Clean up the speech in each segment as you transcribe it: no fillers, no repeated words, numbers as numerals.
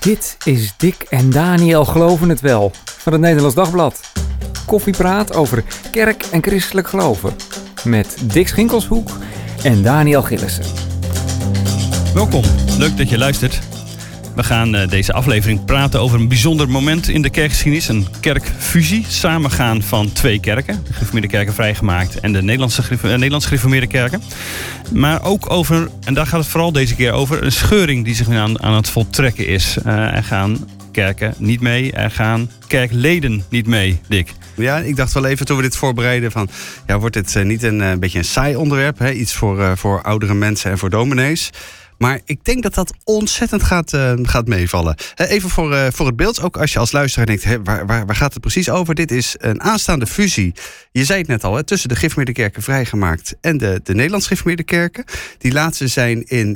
Dit is Dick en Daniel Geloven het Wel van het Nederlands Dagblad. Koffiepraat over kerk en christelijk geloven. Met Dick Schinkelshoek en Daniel Gillissen. Welkom, leuk dat je luistert. We gaan deze aflevering praten over een bijzonder moment in de kerkgeschiedenis. Een kerkfusie, samengaan van twee kerken. De gereformeerde kerken vrijgemaakt en de Nederlandse gereformeerde kerken. Maar ook over, en daar gaat het vooral deze keer over, een scheuring die zich nu aan het voltrekken is. Er gaan kerken niet mee, er gaan kerkleden niet mee, Dick. Ja, ik dacht wel even toen we dit voorbereiden van, ja, wordt dit niet een beetje een saai onderwerp? Hè? Iets voor oudere mensen en voor dominees. Maar ik denk dat dat ontzettend gaat meevallen. Even voor het beeld, ook als je als luisteraar denkt, waar gaat het precies over? Dit is een aanstaande fusie. Je zei het net al, tussen de gereformeerde kerken vrijgemaakt en de Nederlands gereformeerde kerken. Die laatste zijn in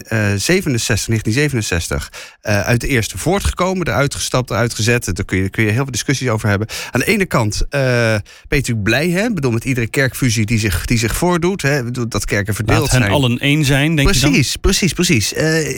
1967 uit de eerste voortgekomen, eruit gestapt, eruit gezet. Daar kun je heel veel discussies over hebben. Aan de ene kant ben je natuurlijk blij, hè? Ik bedoel, met iedere kerkfusie die zich voordoet, hè? Dat kerken verdeeld zijn. Laat hen allen één zijn, denk je dan? Precies.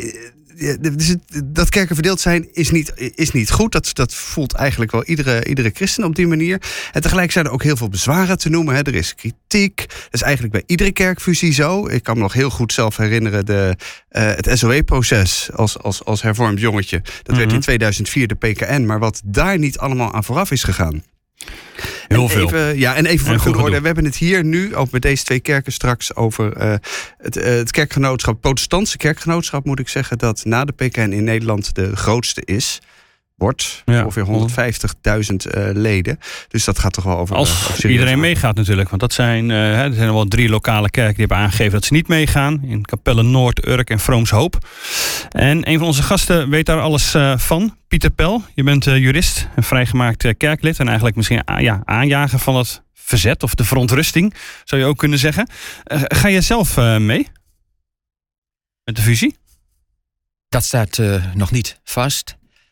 Dat kerken verdeeld zijn is niet goed. Dat voelt eigenlijk wel iedere christen op die manier. En tegelijk zijn er ook heel veel bezwaren te noemen. Hè. Er is kritiek. Dat is eigenlijk bij iedere kerkfusie zo. Ik kan me nog heel goed zelf herinneren het SOE-proces als hervormd jongetje. Dat werd in 2004 de PKN. Maar wat daar niet allemaal aan vooraf is gegaan. Heel veel. Even voor de goede orde. We hebben het hier nu, ook met deze twee kerken straks, over het kerkgenootschap, het protestantse kerkgenootschap, moet ik zeggen, dat na de PKN in Nederland de grootste wordt. Ja. Ongeveer 150.000 leden. Dus dat gaat toch wel over. Als iedereen meegaat natuurlijk. Want dat zijn, er zijn wel 3 lokale kerken die hebben aangegeven dat ze niet meegaan. In Capelle Noord, Urk en Vroomshoop. En een van onze gasten weet daar alles van. Pieter Pel, je bent jurist en vrijgemaakt kerklid. En eigenlijk misschien aanjager van het verzet of de verontrusting, zou je ook kunnen zeggen. Ga je zelf mee? Met de fusie? Dat staat nog niet vast.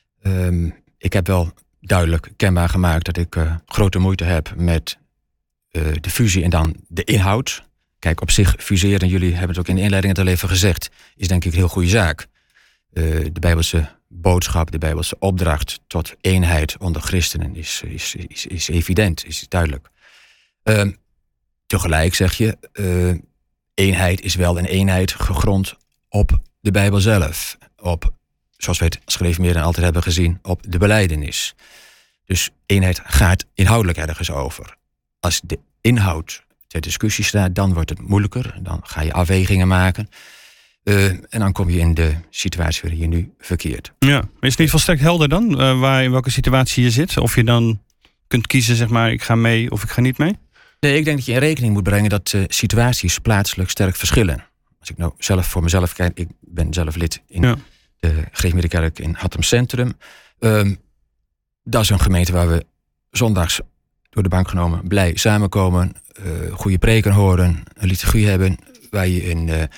Ik heb wel duidelijk kenbaar gemaakt dat ik grote moeite heb met de fusie en dan de inhoud. Kijk, op zich fuseren, jullie hebben het ook in de inleiding het al even gezegd, is denk ik een heel goede zaak. De Bijbelse boodschap, de Bijbelse opdracht tot eenheid onder christenen is evident, is duidelijk. Tegelijk zeg je, eenheid is wel een eenheid gegrond op de Bijbel zelf. Op, zoals we het als gereformeerden altijd hebben gezien, op de belijdenis. Dus eenheid gaat inhoudelijk ergens over. Als de inhoud ter discussie staat, dan wordt het moeilijker. Dan ga je afwegingen maken. En dan kom je in de situatie waarin je nu verkeert. Ja, is het niet volstrekt helder dan, in welke situatie je zit? Of je dan kunt kiezen, zeg maar, ik ga mee of ik ga niet mee? Nee, ik denk dat je in rekening moet brengen dat situaties plaatselijk sterk verschillen. Als ik nou zelf voor mezelf kijk, ik ben zelf lid in de gereformeerde kerk in Hattem Centrum. Dat is een gemeente waar we zondags door de bank genomen blij samenkomen, goede preken horen, een liturgie hebben, waar je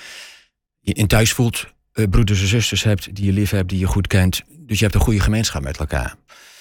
in thuis voelt, broeders en zusters hebt die je lief hebt, die je goed kent. Dus je hebt een goede gemeenschap met elkaar.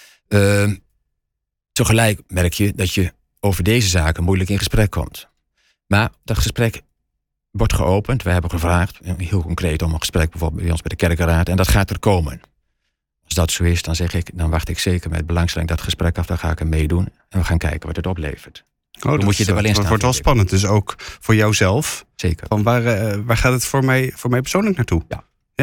Tegelijk merk je dat je over deze zaken moeilijk in gesprek komt. Maar dat gesprek wordt geopend. Wij hebben gevraagd, heel concreet, om een gesprek bijvoorbeeld bij ons bij de kerkenraad. En dat gaat er komen. Als dat zo is, dan wacht ik zeker met belangstelling dat gesprek af. Dan ga ik er meedoen en we gaan kijken wat het oplevert. Dan moet je er wel in staan. Het wordt wel spannend, dus ook voor jouzelf. Zeker. Van waar gaat het voor mij persoonlijk naartoe? Ja.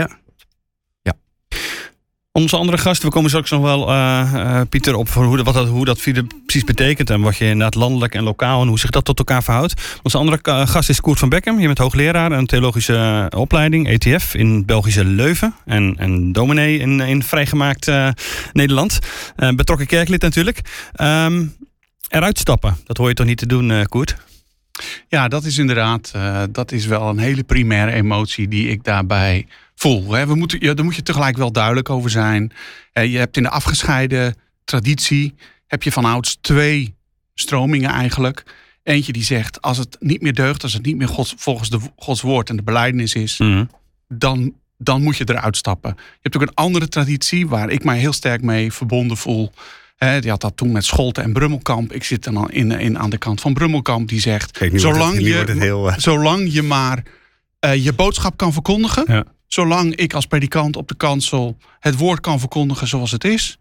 Onze andere gast, we komen straks nog wel, Pieter, op voor hoe dat precies betekent en wat je inderdaad landelijk en lokaal en hoe zich dat tot elkaar verhoudt. Onze andere gast is Koert van Beckem. Je bent hoogleraar en theologische opleiding, ETF, in Belgische Leuven en dominee in vrijgemaakt Nederland. Betrokken kerklid natuurlijk. Eruit stappen, dat hoor je toch niet te doen, Koert? Ja, dat is inderdaad, dat is wel een hele primaire emotie die ik daarbij voel. Hè. Daar moet je tegelijk wel duidelijk over zijn. Je hebt in de afgescheiden traditie, heb je vanouds 2 stromingen eigenlijk. Eentje die zegt, als het niet meer deugt, als het niet meer volgens Gods woord en de belijdenis is, dan moet je eruit stappen. Je hebt ook een andere traditie waar ik mij heel sterk mee verbonden voel. Die had dat toen met Scholten en Brummelkamp. Ik zit dan aan de kant van Brummelkamp. Die zegt, zolang je maar je boodschap kan verkondigen, zolang ik als predikant op de kansel het woord kan verkondigen zoals het is.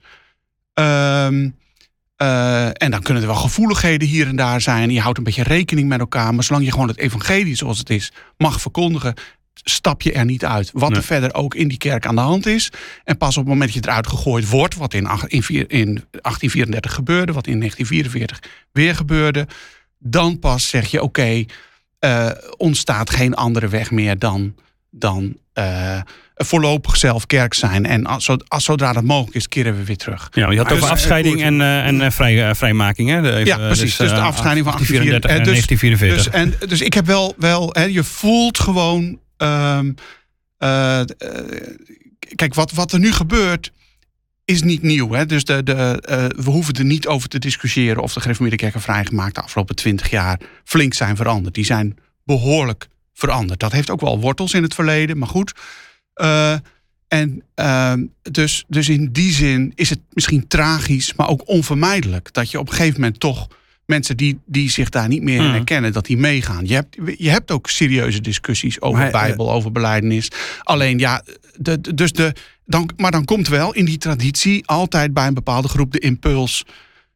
En dan kunnen er wel gevoeligheden hier en daar zijn. Je houdt een beetje rekening met elkaar. Maar zolang je gewoon het evangelie zoals het is mag verkondigen, stap je er niet uit. Wat er verder ook in die kerk aan de hand is. En pas op het moment dat je eruit gegooid wordt, wat in 1834 gebeurde, wat in 1944 weer gebeurde, dan pas zeg je oké, ontstaat geen andere weg meer dan voorlopig zelf kerk zijn. En zodra dat mogelijk is, keren we weer terug. Ja, je had over afscheiding en vrijmaking. Hè? Ja, precies. Dus de afscheiding van 1834 en 1944. Dus ik heb wel je voelt gewoon kijk, wat er nu gebeurt is niet nieuw. Hè? Dus we hoeven er niet over te discussiëren of de gereformeerde kerken vrijgemaakt de afgelopen 20 jaar flink zijn veranderd. Die zijn behoorlijk veranderd. Dat heeft ook wel wortels in het verleden, maar goed. Dus in die zin is het misschien tragisch, maar ook onvermijdelijk dat je op een gegeven moment toch mensen die zich daar niet meer in herkennen, dat die meegaan. Je hebt ook serieuze discussies over Bijbel, over belijdenis. Alleen dan komt wel in die traditie altijd bij een bepaalde groep de impuls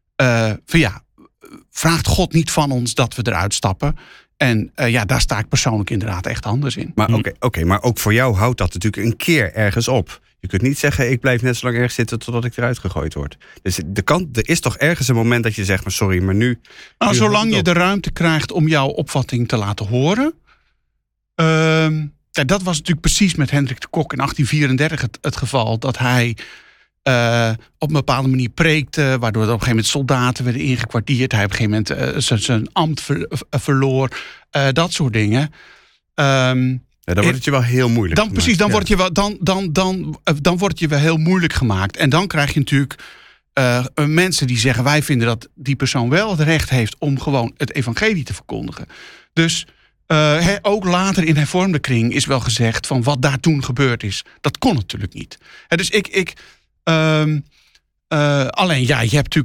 vraagt God niet van ons dat we eruit stappen. En daar sta ik persoonlijk inderdaad echt anders in. Maar oké, maar ook voor jou houdt dat natuurlijk een keer ergens op. Je kunt niet zeggen, ik blijf net zo lang ergens zitten totdat ik eruit gegooid word. Dus er is toch ergens een moment dat je zegt, maar sorry, maar nu... zolang je de ruimte krijgt om jouw opvatting te laten horen. Dat was natuurlijk precies met Hendrik de Cock in 1834 het geval. Dat hij op een bepaalde manier preekte, waardoor er op een gegeven moment soldaten werden ingekwartierd. Hij op een gegeven moment zijn ambt verloor. Dat soort dingen. Dan wordt het je wel heel moeilijk gemaakt. Precies, dan wordt je wel heel moeilijk gemaakt. En dan krijg je natuurlijk mensen die zeggen, wij vinden dat die persoon wel het recht heeft om gewoon het evangelie te verkondigen. Dus ook later in hervormde kring is wel gezegd van wat daar toen gebeurd is. Dat kon natuurlijk niet. Dus alleen je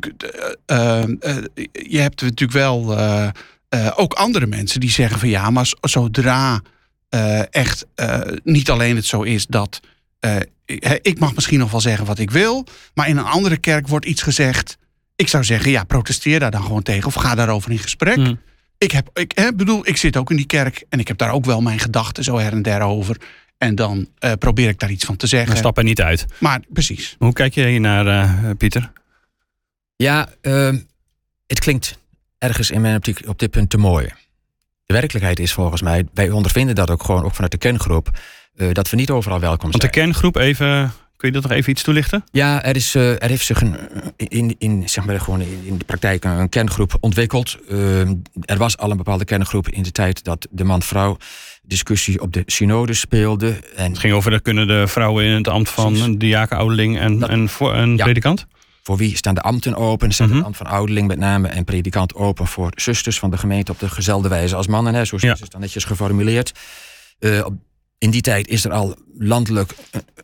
hebt natuurlijk wel ook andere mensen die zeggen van ja, maar zodra echt niet alleen het zo is dat ik mag misschien nog wel zeggen wat ik wil, maar in een andere kerk wordt iets gezegd. Ik zou zeggen, ja, protesteer daar dan gewoon tegen of ga daarover in gesprek. Ik zit ook in die kerk en ik heb daar ook wel mijn gedachten zo her en der over. En dan probeer ik daar iets van te zeggen. Maar stap er niet uit. Maar precies. Hoe kijk je hier naar, Pieter? Ja, het klinkt ergens in mijn optiek op dit punt te mooi. De werkelijkheid is volgens mij, wij ondervinden dat ook gewoon ook vanuit de kerngroep, dat we niet overal welkom zijn. Want de kerngroep, kun je dat nog even iets toelichten? Ja, er heeft zich in de praktijk een kerngroep ontwikkeld. Er was al een bepaalde kerngroep in de tijd dat de man-vrouw discussie op de synode speelde. En het ging over, dat kunnen de vrouwen in het ambt van een diaken, ouderling en predikant? Voor wie staan de ambten open? Staat het ambt van ouderling met name en predikant open voor zusters van de gemeente op dezelfde wijze als mannen. Zo is het dan netjes geformuleerd. In die tijd is er al landelijk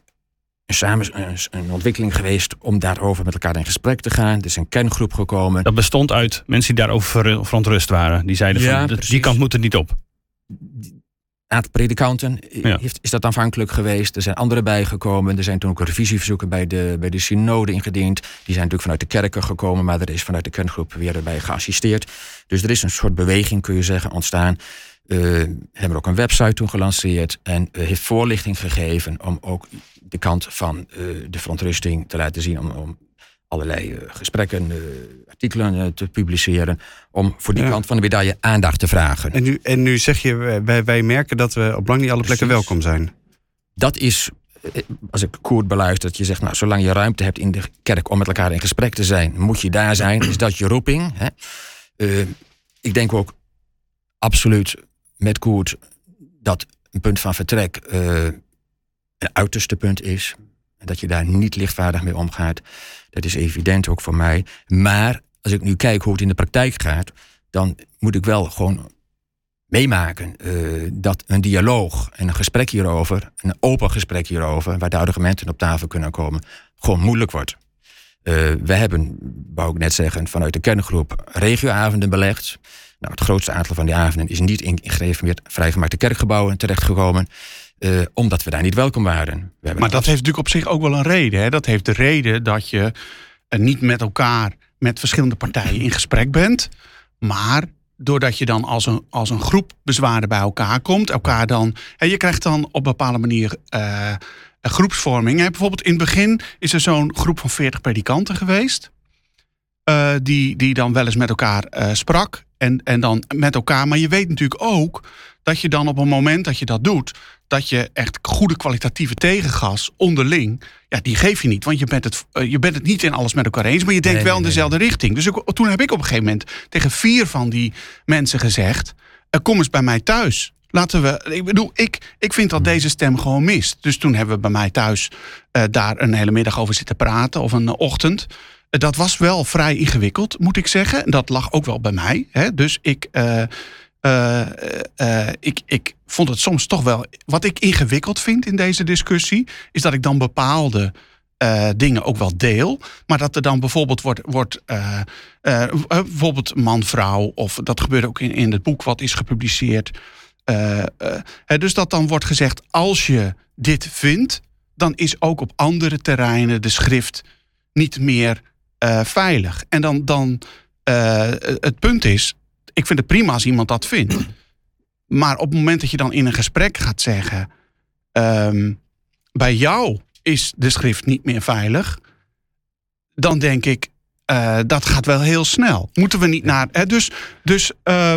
een ontwikkeling geweest om daarover met elkaar in gesprek te gaan. Er is een kerngroep gekomen. Dat bestond uit mensen die daarover verontrust waren. Die zeiden van, die kant moet er niet op. Aantal predikanten is dat aanvankelijk geweest. Er zijn anderen bijgekomen. Er zijn toen ook revisieverzoeken bij de synode ingediend. Die zijn natuurlijk vanuit de kerken gekomen, maar er is vanuit de kerngroep weer erbij geassisteerd. Dus er is een soort beweging, kun je zeggen, ontstaan. Hebben ook een website toen gelanceerd en heeft voorlichting gegeven om ook de kant van de verontrusting te laten zien, om allerlei gesprekken, artikelen te publiceren, om voor die kant van de medaille aandacht te vragen. En nu zeg je, wij merken dat we op lang niet alle plekken welkom zijn. Dat is, als ik Koert beluister, dat je zegt, nou, zolang je ruimte hebt in de kerk om met elkaar in gesprek te zijn, moet je daar zijn. Is dat je roeping? Hè? Ik denk ook absoluut met Koert dat een punt van vertrek een uiterste punt is. Dat je daar niet lichtvaardig mee omgaat. Dat is evident ook voor mij. Maar als ik nu kijk hoe het in de praktijk gaat, dan moet ik wel gewoon meemaken dat een dialoog en een gesprek hierover, een open gesprek hierover, waar de argumenten op tafel kunnen komen, gewoon moeilijk wordt. We hebben, wou ik net zeggen, vanuit de kerngroep regioavonden belegd. Nou, het grootste aantal van die avonden is niet in gereformeerd vrijgemaakte kerkgebouwen terechtgekomen. omdat we daar niet welkom waren. Maar dat heeft natuurlijk op zich ook wel een reden. Hè? Dat heeft de reden dat je niet met elkaar, met verschillende partijen in gesprek bent. Maar doordat je dan als een groep bezwaren bij elkaar komt. Je krijgt dan op een bepaalde manier groepsvorming. Bijvoorbeeld in het begin is er zo'n groep van 40 predikanten geweest. Die dan wel eens met elkaar sprak. En dan met elkaar. Maar je weet natuurlijk ook dat je dan op een moment dat je dat doet, dat je echt goede kwalitatieve tegengas onderling, die geef je niet. Want je bent het niet in alles met elkaar eens, maar je denkt wel in dezelfde richting. Dus toen heb ik op een gegeven moment tegen 4 van die mensen gezegd, kom eens bij mij thuis. Ik vind dat deze stem gewoon mist. Dus toen hebben we bij mij thuis daar een hele middag over zitten praten, of een ochtend. Dat was wel vrij ingewikkeld, moet ik zeggen. Dat lag ook wel bij mij. Hè? Dus ik vond het soms toch wel. Wat ik ingewikkeld vind in deze discussie, is dat ik dan bepaalde dingen ook wel deel. Maar dat er dan bijvoorbeeld wordt bijvoorbeeld man-vrouw, of dat gebeurde ook in het boek wat is gepubliceerd. Dus dat dan wordt gezegd, als je dit vindt, dan is ook op andere terreinen de schrift niet meer veilig. En dan het punt is, ik vind het prima als iemand dat vindt. Maar op het moment dat je dan in een gesprek gaat zeggen, bij jou is de schrift niet meer veilig, dan denk ik, dat gaat wel heel snel. Moeten we niet naar. Dus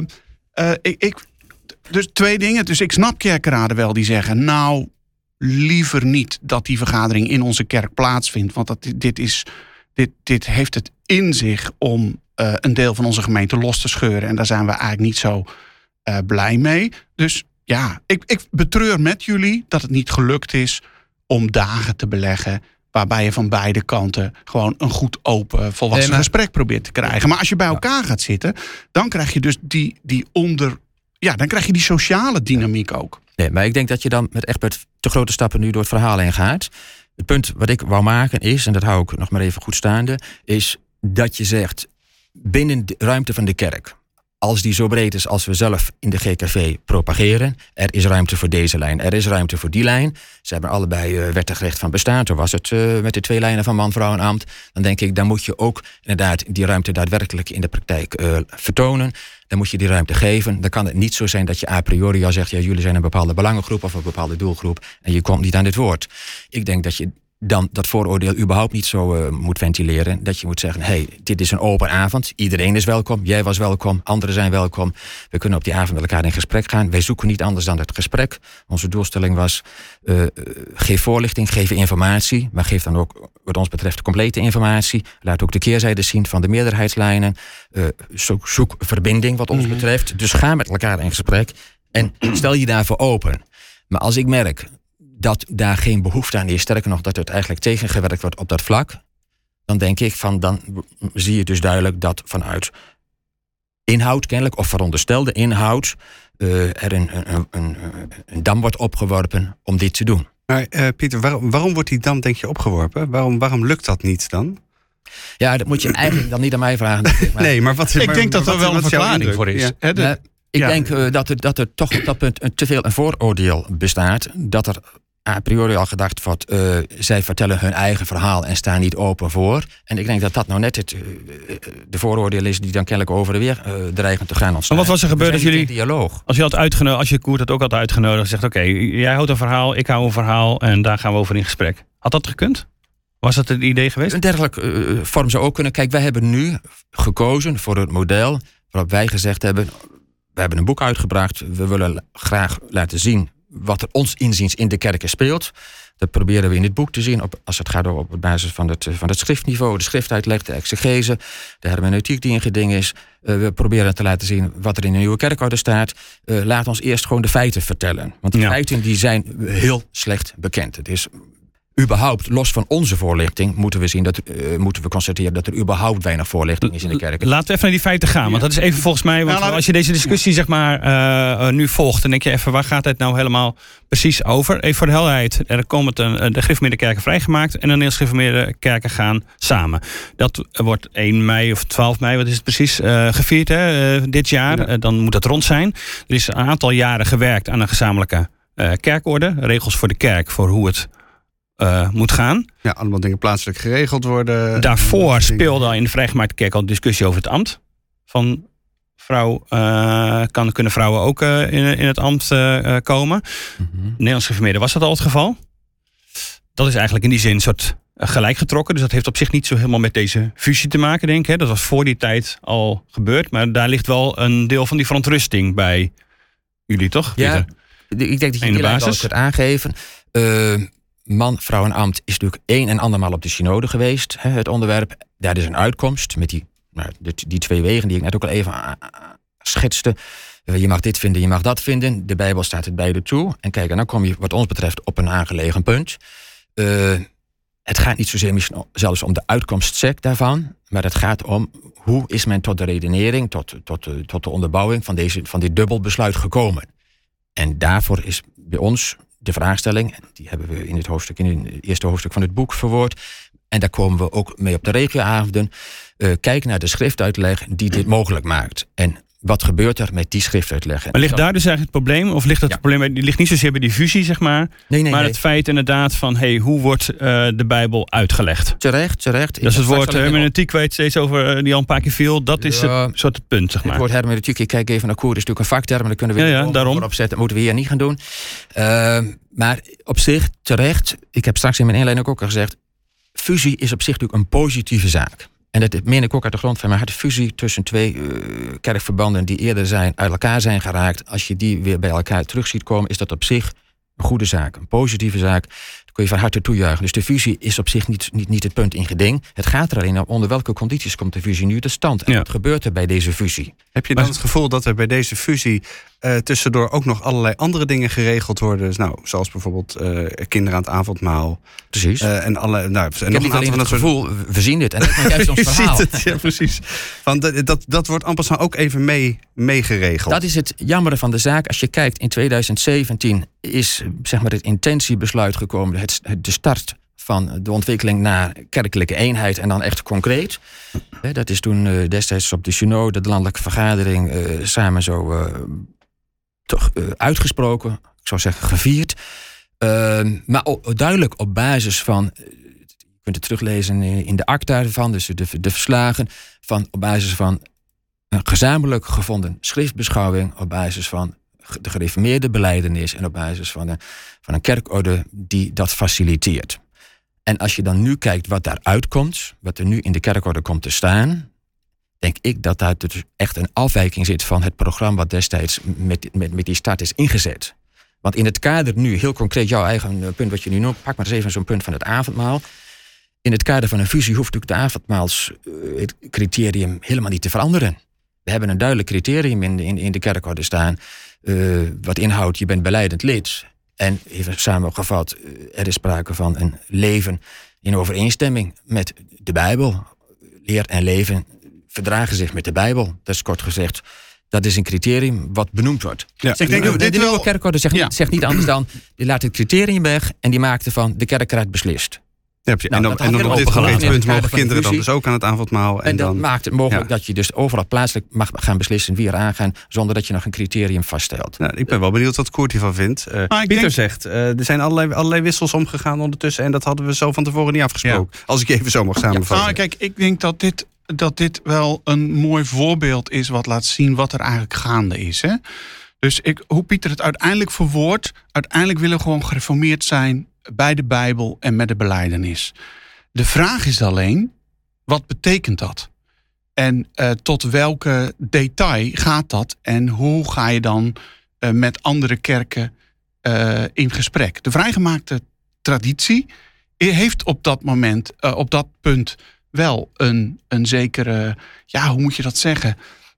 2 dingen. Dus ik snap kerkraden wel die zeggen, nou, liever niet dat die vergadering in onze kerk plaatsvindt. Want dit heeft het in zich om een deel van onze gemeente los te scheuren. En daar zijn we eigenlijk niet zo blij mee. Dus ja, ik betreur met jullie dat het niet gelukt is om dagen te beleggen waarbij je van beide kanten gewoon een goed open, volwassen gesprek probeert te krijgen. Maar als je bij elkaar gaat zitten, dan krijg je dus dan krijg je die sociale dynamiek ook. Nee, maar ik denk dat je dan met te grote stappen nu door het verhaal heen gaat. Het punt wat ik wou maken is, en dat hou ik nog maar even goed staande, is dat je zegt, binnen de ruimte van de kerk, als die zo breed is als we zelf in de GKV propageren, er is ruimte voor deze lijn, er is ruimte voor die lijn. Ze hebben allebei wettig recht van bestaan. Zo was het met de 2 lijnen van man, vrouw en ambt. Dan denk ik, dan moet je ook inderdaad die ruimte daadwerkelijk in de praktijk vertonen. Dan moet je die ruimte geven. Dan kan het niet zo zijn dat je a priori al zegt, jullie zijn een bepaalde belangengroep of een bepaalde doelgroep en je komt niet aan dit woord. Ik denk dat je dan dat vooroordeel überhaupt niet zo moet ventileren. Dat je moet zeggen, dit is een open avond. Iedereen is welkom. Jij was welkom. Anderen zijn welkom. We kunnen op die avond met elkaar in gesprek gaan. Wij zoeken niet anders dan het gesprek. Onze doelstelling was, geef voorlichting, geef informatie. Maar geef dan ook, wat ons betreft, complete informatie. Laat ook de keerzijde zien van de meerderheidslijnen. Zoek verbinding wat ons betreft. Dus ga met elkaar in gesprek. En stel je daarvoor open. Maar als ik merk dat daar geen behoefte aan is, sterker nog dat het eigenlijk tegengewerkt wordt op dat vlak, dan denk ik dan zie je dus duidelijk dat vanuit inhoud kennelijk, of veronderstelde inhoud, er een dam wordt opgeworpen om dit te doen. Maar Pieter, waarom wordt die dam denk je opgeworpen? Waarom lukt dat niet dan? Ja, dat moet je eigenlijk dan niet aan mij vragen. Maar ik denk dat er wel een verklaring voor is. Ja. Ik denk dat er toch op dat punt te veel een vooroordeel bestaat, dat er a priori al gedacht wordt, zij vertellen hun eigen verhaal en staan niet open voor. En ik denk dat dat nou net de vooroordeel is die dan kennelijk over de weer dreigen te gaan ontstaan. En wat was er gebeurd als jullie, dialoog? Als je Koert had ook had uitgenodigd, zegt oké, jij houdt een verhaal, ik hou een verhaal en daar gaan we over in gesprek. Had dat gekund? Was dat het idee geweest? Een dergelijke vorm zou ook kunnen. Kijk, wij hebben nu gekozen voor het model waarop wij gezegd hebben, we hebben een boek uitgebracht, we willen graag laten zien wat er ons inziens in de kerken speelt. Dat proberen we in dit boek te zien, als het gaat op basis van het schriftniveau, de schriftuitleg, de exegese, de hermeneutiek die in geding is. We proberen te laten zien wat er in de nieuwe kerkorde staat. Laat ons eerst gewoon de feiten vertellen. Want de feiten die zijn heel slecht bekend. Het is überhaupt, los van onze voorlichting, moeten we constateren dat er überhaupt weinig voorlichting is in de kerken. Laten we even naar die feiten gaan. Want dat is even volgens mij, want als je deze discussie zeg maar nu volgt, dan denk je even, waar gaat het nou helemaal precies over? Even voor de helderheid, er komt de gereformeerde kerken vrijgemaakt en de Nederlands-gereformeerde kerken gaan samen. Dat wordt 1 mei of 12 mei, wat is het precies, gevierd dit jaar. Dan moet dat rond zijn. Er is een aantal jaren gewerkt aan een gezamenlijke kerkorde. Regels voor de kerk, voor hoe het moet gaan. Ja, allemaal dingen plaatselijk geregeld worden. Daarvoor speelde al in de vrijgemaakte kerk al discussie over het ambt. Van kunnen vrouwen ook in het ambt komen. Nederlands gereformeerden was dat al het geval. Dat is eigenlijk in die zin een soort gelijk getrokken. Dus dat heeft op zich niet zo helemaal met deze fusie te maken, denk ik. Hè. Dat was voor die tijd al gebeurd. Maar daar ligt wel een deel van die verontrusting bij jullie, toch? Ja, ik denk dat je die lijn wel kunt aangeven. Man, vrouw en ambt is natuurlijk 1 en andermaal op de synode geweest. Het onderwerp. Daar is een uitkomst met die 2 wegen die ik net ook al even schetste. Je mag dit vinden, je mag dat vinden. De Bijbel staat het beide toe. En kijk, en dan kom je wat ons betreft op een aangelegen punt. Het gaat niet zozeer misschien zelfs om de uitkomstsec daarvan. Maar het gaat om hoe is men tot de redenering, tot de onderbouwing van dit dubbelbesluit gekomen. En daarvoor is bij ons de vraagstelling, die hebben we in het eerste hoofdstuk van het boek verwoord. En daar komen we ook mee op de regioavonden. Kijk naar de schriftuitleg die dit mogelijk maakt. En wat gebeurt er met die schriftuitleg? Maar ligt daar dus eigenlijk het probleem? Of ligt het probleem ligt niet zozeer bij die fusie, zeg maar? Nee. Het feit inderdaad van, hoe wordt de Bijbel uitgelegd? Terecht. Dat is het woord hermeneutiek waar je het steeds over, die al een paar keer viel. Dat is het punt, zeg maar. Het woord hermeneutiek, ik kijk even naar Koer, is natuurlijk een vakterm. Maar dan kunnen we erop zetten. Dat moeten we hier niet gaan doen. Maar op zich, terecht. Ik heb straks in mijn inleiding ook al gezegd, fusie is op zich natuurlijk een positieve zaak. En dat meen ik ook uit de grond van mijn hart. De fusie tussen 2 kerkverbanden die eerder uit elkaar zijn geraakt. Als je die weer bij elkaar terug ziet komen, is dat op zich een goede zaak. Een positieve zaak. Dat kun je van harte toejuichen. Dus de fusie is op zich niet het punt in geding. Het gaat er alleen om onder welke condities komt de fusie nu tot stand. En wat gebeurt er bij deze fusie? Heb je dan het gevoel dat er bij deze fusie tussendoor ook nog allerlei andere dingen geregeld worden? Dus zoals bijvoorbeeld kinderen aan het avondmaal. Precies. En alle, ik heb niet alleen het gevoel, we zien dit. En dat is juist ons verhaal. Ziet het, ja, precies. Want dat wordt amper ook even meegeregeld. Dat is het jammere van de zaak. Als je kijkt, in 2017 is het intentiebesluit gekomen. De start van de ontwikkeling naar kerkelijke eenheid en dan echt concreet. Dat is toen destijds op de synode, de landelijke vergadering, samen zo uitgesproken. Ik zou zeggen gevierd. Maar duidelijk op basis van, je kunt het teruglezen in de acta ervan, dus de verslagen, op basis van een gezamenlijk gevonden schriftbeschouwing, op basis van de gereformeerde belijdenis en op basis van een kerkorde die dat faciliteert. En als je dan nu kijkt wat daaruit komt, wat er nu in de kerkorde komt te staan, denk ik dat daar dus echt een afwijking zit van het programma wat destijds met die start is ingezet. Want in het kader nu, heel concreet jouw eigen punt wat je nu noemt, pak maar eens even zo'n punt van het avondmaal. In het kader van een fusie hoeft natuurlijk de avondmaalscriterium helemaal niet te veranderen. We hebben een duidelijk criterium in de kerkorde staan, wat inhoudt, je bent belijdend lid. En even samengevat, er is sprake van een leven in overeenstemming met de Bijbel. Leer en leven verdragen zich met de Bijbel. Dat is kort gezegd, dat is een criterium wat benoemd wordt. Ja. Ik denk de nieuwe kerkorde zegt niet anders dan, die laat het criterium weg en die maakt ervan de kerkraad beslist. Ja, en dan op dit concrete punt mogen kinderen dan dus ook aan het avondmaal. En dan maakt het mogelijk dat je dus overal plaatselijk mag gaan beslissen wie er aangaan, zonder dat je nog een criterium vaststelt. Nou, ik ben wel benieuwd wat Koert hiervan vindt. Pieter zegt, er zijn allerlei wissels omgegaan ondertussen en dat hadden we zo van tevoren niet afgesproken. Ja. Als ik even zo mag samenvatten. Kijk, ik denk dat dit wel een mooi voorbeeld is wat laat zien wat er eigenlijk gaande is. Hè? Dus hoe Pieter het uiteindelijk verwoordt, uiteindelijk willen we gewoon gereformeerd zijn bij de Bijbel en met de belijdenis. De vraag is alleen, wat betekent dat? En tot welke detail gaat dat? En hoe ga je dan met andere kerken in gesprek? De vrijgemaakte traditie heeft op dat moment, op dat punt wel een zekere, hoe moet je dat zeggen?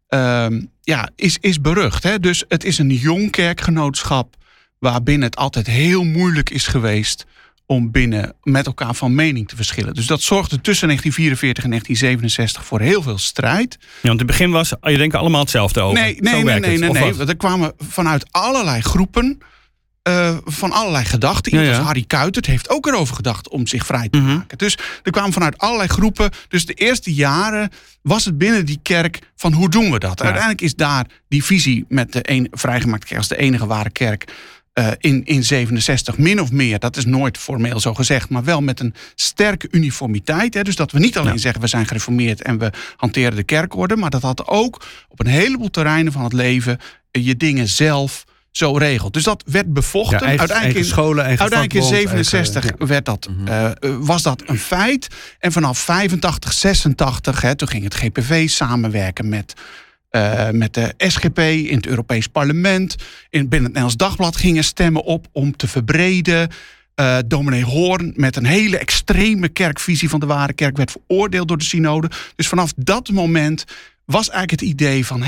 Is berucht. Hè? Dus het is een jong kerkgenootschap waarbinnen het altijd heel moeilijk is geweest om binnen met elkaar van mening te verschillen. Dus dat zorgde tussen 1944 en 1967 voor heel veel strijd. Ja, want in het begin was je denken allemaal hetzelfde over. Nee. Er kwamen vanuit allerlei groepen van allerlei gedachten. Iemand als Harry Kuitert heeft ook erover gedacht om zich vrij te maken. Dus er kwamen vanuit allerlei groepen. Dus de eerste jaren was het binnen die kerk van hoe doen we dat? Ja. Uiteindelijk is daar die visie met de vrijgemaakte kerk als de enige ware kerk in 67 min of meer, dat is nooit formeel zo gezegd, maar wel met een sterke uniformiteit. Hè, dus dat we niet alleen zeggen we zijn gereformeerd en we hanteren de kerkorde, maar dat had ook op een heleboel terreinen van het leven je dingen zelf zo regelt. Dus dat werd bevochten. Eigen scholen, eigen uiteindelijk in vakbond, 67 werd dat, was dat een feit. En vanaf 85, 86, toen ging het GPV samenwerken met de SGP in het Europees Parlement. Binnen het Nederlands Dagblad gingen stemmen op om te verbreden. Dominee Hoorn met een hele extreme kerkvisie van de ware kerk werd veroordeeld door de synode. Dus vanaf dat moment was eigenlijk het idee van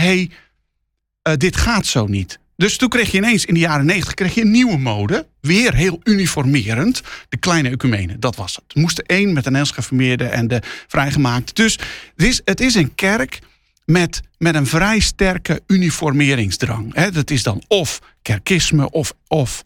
dit gaat zo niet. Dus toen kreeg je ineens in de jaren 90 een nieuwe mode. Weer heel uniformerend. De kleine ecumene, dat was het. Er moesten één met de Nederlands gereformeerde en de vrijgemaakte. Dus het is een kerk met een vrij sterke uniformeringsdrang. Dat is dan of kerkisme of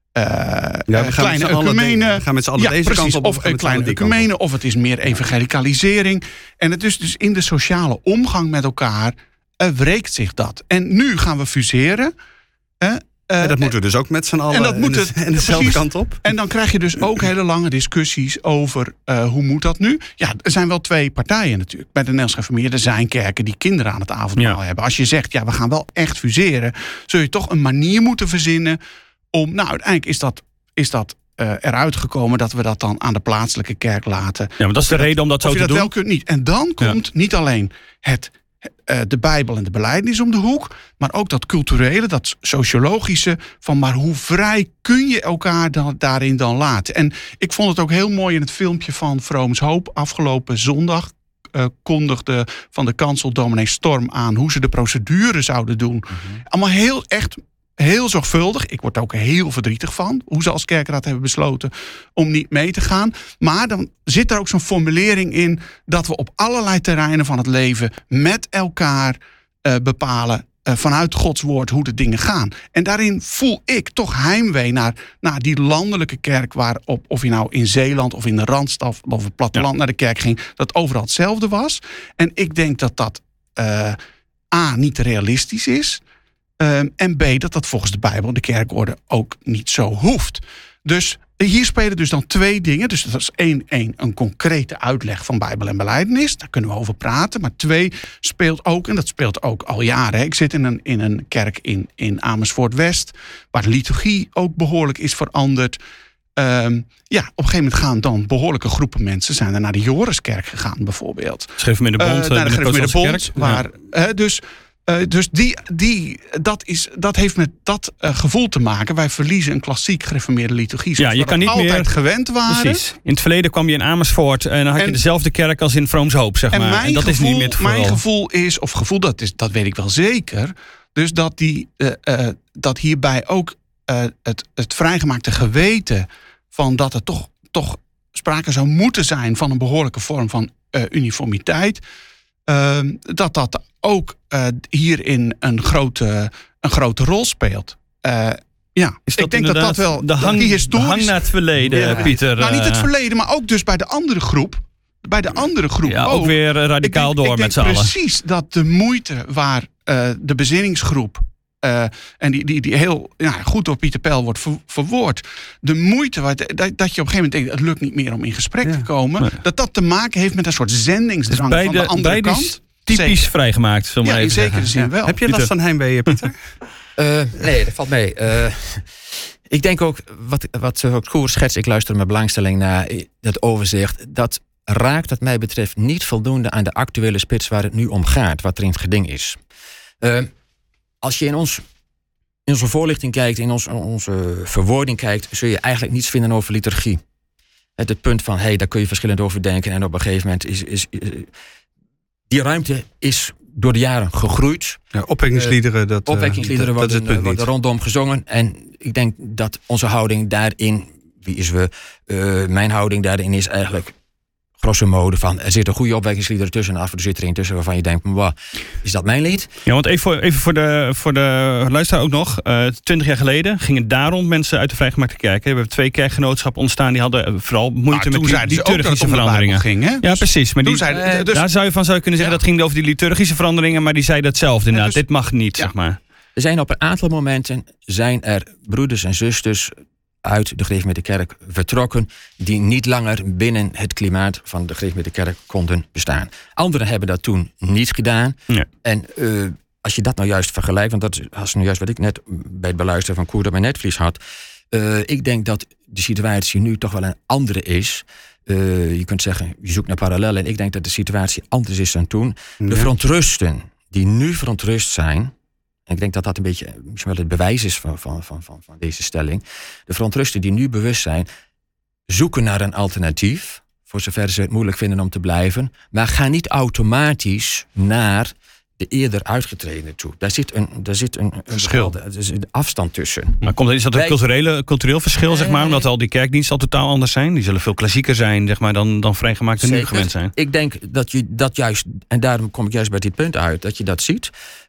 kleine ecumene. We gaan met z'n allen deze kant op. Of een kleine ecumene, of het is meer evangelicalisering. En het is dus in de sociale omgang met elkaar wreekt zich dat. En nu gaan we fuseren. En dat moeten we dus ook met z'n allen en dezelfde kant op. En dan krijg je dus ook hele lange discussies over hoe moet dat nu? Ja, er zijn wel twee partijen natuurlijk. Bij de Nederlands Gereformeerden zijn kerken die kinderen aan het avondmaal hebben. Als je zegt, we gaan wel echt fuseren, zul je toch een manier moeten verzinnen om, uiteindelijk is dat eruit gekomen dat we dat dan aan de plaatselijke kerk laten. Ja, maar dat is de reden om dat zo te doen. Of je dat wel kunt niet. En dan komt niet alleen de Bijbel en de belijdenis om de hoek, maar ook dat culturele, dat sociologische, van maar hoe vrij kun je elkaar daarin dan laten. En ik vond het ook heel mooi in het filmpje van Vrooms Hoop afgelopen zondag kondigde van de kansel dominee Storm aan hoe ze de procedure zouden doen. Allemaal heel zorgvuldig. Ik word er ook heel verdrietig van hoe ze als kerkraad hebben besloten om niet mee te gaan. Maar dan zit er ook zo'n formulering in dat we op allerlei terreinen van het leven met elkaar bepalen vanuit Gods woord hoe de dingen gaan. En daarin voel ik toch heimwee naar die landelijke kerk waarop, of je nou in Zeeland of in de Randstad of het platteland naar de kerk ging, dat overal hetzelfde was. En ik denk dat A, niet realistisch is. En B, dat volgens de Bijbel en de kerkorde ook niet zo hoeft. Dus hier spelen dus dan twee dingen. Dus dat is een concrete uitleg van Bijbel en belijdenis. Daar kunnen we over praten. Maar 2 speelt ook, en dat speelt ook al jaren. Ik zit in een kerk in Amersfoort-West, waar de liturgie ook behoorlijk is veranderd. Op een gegeven moment gaan dan behoorlijke groepen mensen zijn er naar de Joriskerk gegaan, bijvoorbeeld. Gereformeerde Bond, naar de Gereformeerde Bond. Kerk. Dus dat heeft met dat gevoel te maken. Wij verliezen een klassiek gereformeerde liturgie. Ja, je kan niet altijd meer gewend waren. Precies. In het verleden kwam je in Amersfoort en dan had je dezelfde kerk als in Vrooms Hoop, zeg maar. En dat is niet meer het geval. Mijn gevoel is, dat weet ik wel zeker. Dus dat hierbij ook het vrijgemaakte geweten van dat er toch sprake zou moeten zijn van een behoorlijke vorm van uniformiteit. Dat ook hierin een grote rol speelt. Ik denk dat wel de hang naar het verleden, Pieter. Nou, niet het verleden, maar ook dus bij de andere groep. Ook weer radicaal door met z'n allen. Precies dat de moeite waar de bezinningsgroep en die heel goed door Pieter Pel wordt verwoord. De moeite dat je op een gegeven moment denkt, het lukt niet meer om in gesprek te komen. Nee. Dat te maken heeft met een soort zendingsdrang van de andere kant. Typisch vrijgemaakt, zullen we even in zekere zin wel. Heb je last van heimwee, Pieter? Nee, dat valt mee. Ik denk ook, wat Koer schetst, ik luister met belangstelling naar het overzicht. Dat raakt wat mij betreft niet voldoende aan de actuele spits waar het nu om gaat. Wat er in het geding is. Als je in onze voorlichting kijkt, in onze verwoording kijkt, zul je eigenlijk niets vinden over liturgie. Het punt van, daar kun je verschillend over denken. En op een gegeven moment is die ruimte is door de jaren gegroeid. Ja, opwekkingsliederen, dat worden rondom gezongen. En ik denk dat onze houding daarin, mijn houding daarin is eigenlijk grosso modo van, er zitten goede opwekkingsliederen tussen en af en toe zit er een tussen waarvan je denkt, is dat mijn lied? Ja, want even voor de luisteraar ook nog. 20 jaar geleden gingen daarom mensen uit de vrijgemaakte kerken. We hebben 2 kerkgenootschappen ontstaan, die hadden vooral moeite met die liturgische veranderingen. Ging, ja, precies. Maar daar zou je kunnen zeggen, dat ging over die liturgische veranderingen, maar die zeiden hetzelfde inderdaad. Dit mag niet, zeg maar. Er zijn op een aantal momenten zijn er broeders en zusters uit de Gereformeerde Kerk vertrokken die niet langer binnen het klimaat van de Gereformeerde Kerk konden bestaan. Anderen hebben dat toen niet gedaan. Ja. En als je dat nou juist vergelijkt, want dat was nou juist wat ik net bij het beluisteren van Koer op mijn netvlies had. Ik denk dat de situatie nu toch wel een andere is. Je kunt zeggen, je zoekt naar parallellen. En ik denk dat de situatie anders is dan toen. De verontrusten die nu verontrust zijn. En ik denk dat dat een beetje misschien wel het bewijs is van deze stelling. De verontrusten die nu bewust zijn, zoeken naar een alternatief. Voor zover ze het moeilijk vinden om te blijven. Maar gaan niet automatisch naar de eerder uitgetreden toe. Daar zit een verschil. Er is een afstand tussen. Maar is dat een cultureel verschil, zeg maar? Omdat al die kerkdiensten al totaal anders zijn? Die zullen veel klassieker zijn, zeg maar, dan vrijgemaakte nu gewend zijn. Ik denk dat je dat juist, en daarom kom ik juist bij dit punt uit, dat je dat ziet.